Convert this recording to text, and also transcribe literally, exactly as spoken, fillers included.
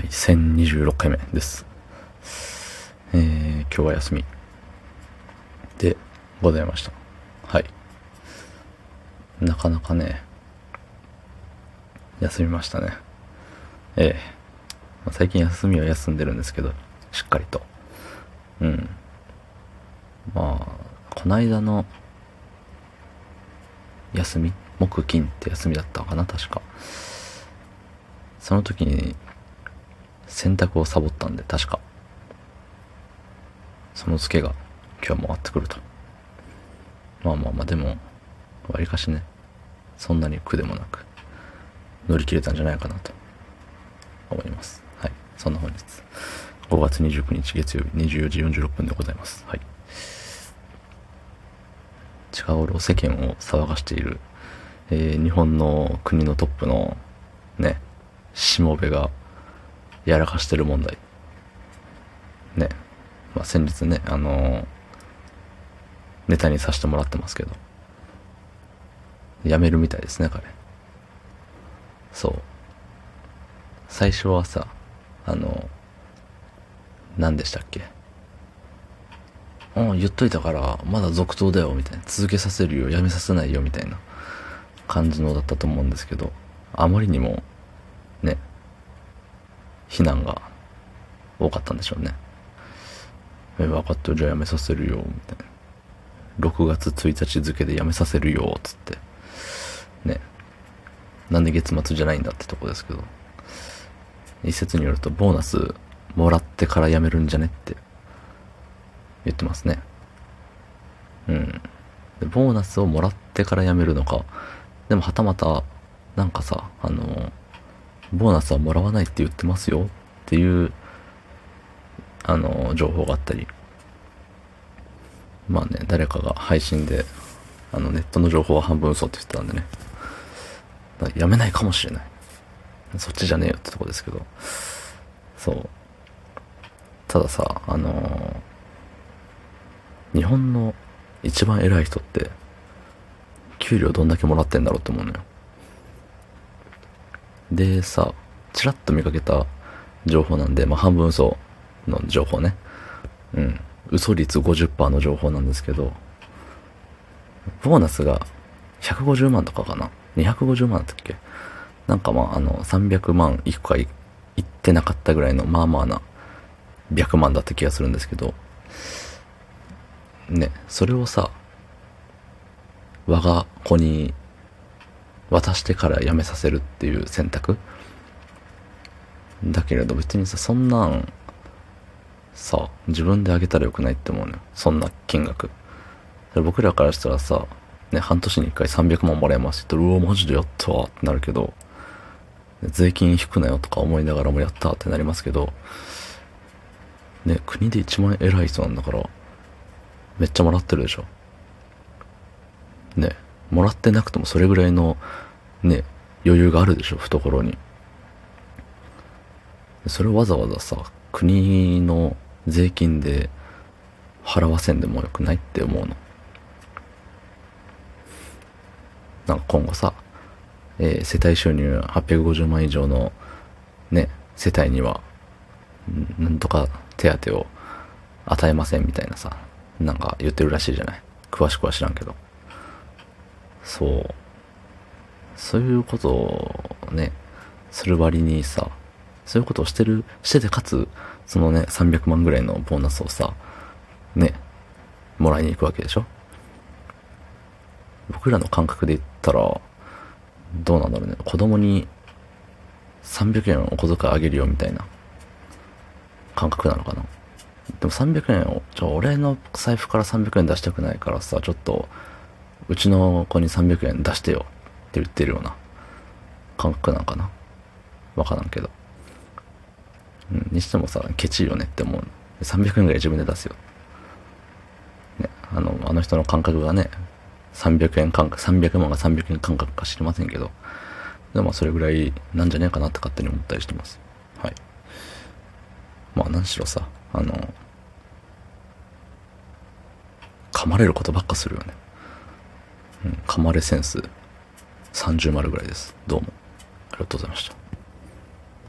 い、せんにじゅうろっかいめです。えー、今日は休みでございました。はい。なかなかね、休みましたね。ええまあ、最近休みは休んでるんですけど、しっかりと。うん。まあ、こないだの休み、木金って休みだったのかな、確か。その時に洗濯をサボったんで、確か。そのツケが今日も回ってくると。まあまあまあ、でも、わりかしね、そんなに苦でもなく、乗り切れたんじゃないかなと思います。はい。そんな本日、ごがつにじゅうくにち月曜日にじゅうよじよんじゅうろっぷんでございます。はい。近頃世間を騒がしている、えー、日本の国のトップのね、しもべがやらかしてる問題。ね。まあ、先日ね、あのー、ネタにさせてもらってますけど、辞めるみたいですね、彼。そう。最初はさ、あの、何でしたっけ。うん、言っといたから、まだ続投だよ、みたいな。続けさせるよ、辞めさせないよ、みたいな感じのだったと思うんですけど、あまりにも、ね、非難が多かったんでしょうね。え、分かったよ、じゃあ辞めさせるよ、みたいな。ろくがつついたち付で辞めさせるよ、つって。ね。なんで月末じゃないんだってとこですけど。一説によると、ボーナスもらってから辞めるんじゃねって言ってますね。うん。で、ボーナスをもらってから辞めるのか。でもはたまた、なんかさ、あの、ボーナスはもらわないって言ってますよっていう、あの、情報があったり。まあね、誰かが配信で、あの、ネットの情報は半分嘘って言ってたんでね。だからやめないかもしれない。そっちじゃねえよってとこですけど。そう。たださ、あのー、日本の一番偉い人って、給料どんだけもらってんだろうって思うのよ。でさ、ちらっと見かけた情報なんで、まあ半分嘘の情報ね。うん。嘘率 ごじゅっパーセント の情報なんですけど、ボーナスがひゃくごじゅうまんとかかな ?にひゃくごじゅうまんだったっけ。なんかまあ、あの、さんびゃくまんいくかいってなかったぐらいの、まあまあな、ひゃくまんだった気がするんですけど、ね、それをさ、我が子に渡してから辞めさせるっていう選択だけれど、別にさ、そんなんさ、自分であげたらよくないって思うのよ。そんな金額。僕らからしたらさ、ね、半年に一回さんびゃくまんもらえますって言ったら、うわ、マジでやったわってなるけど、税金引くなよとか思いながらもやったってなりますけど、ね、国で一番偉い人なんだから、めっちゃもらってるでしょ。ね、もらってなくてもそれぐらいの、ね、余裕があるでしょ、懐に。それをわざわざさ、国の税金で払わせんでもよくないって思うの。なんか今後さ、えー、世帯収入はっぴゃくごじゅうまん以上のね、世帯には、なんとか手当を与えませんみたいなさ、なんか言ってるらしいじゃない。詳しくは知らんけど。そう。そういうことをね、する割にさ、そういうことをしてる、しててかつ、そのね、さんびゃくまんぐらいのボーナスをさ、ね、もらいに行くわけでしょ。僕らの感覚で言ったら、どうなんだろうね。子供にさんびゃくえんお小遣いあげるよみたいな感覚なのかな。でもさんびゃくえんを、じゃあ俺の財布からさんびゃくえん出したくないからさ、ちょっと、うちの子にさんびゃくえん出してよって言ってるような感覚なのかな。わからんけど。うん、にしてもさ、ケチいよねって思う。さんびゃくえんぐらい自分で出すよ。ね、あの、あの人の感覚がね、さんびゃくえん感覚、さんびゃくまんがさんびゃくえん感覚か知りませんけど、でもそれぐらいなんじゃねえかなって勝手に思ったりしてます。はい。まあ何しろさ、あの、噛まれることばっかするよね。うん、噛まれセンスさんじゅう丸ぐらいです。どうもありがとうございました。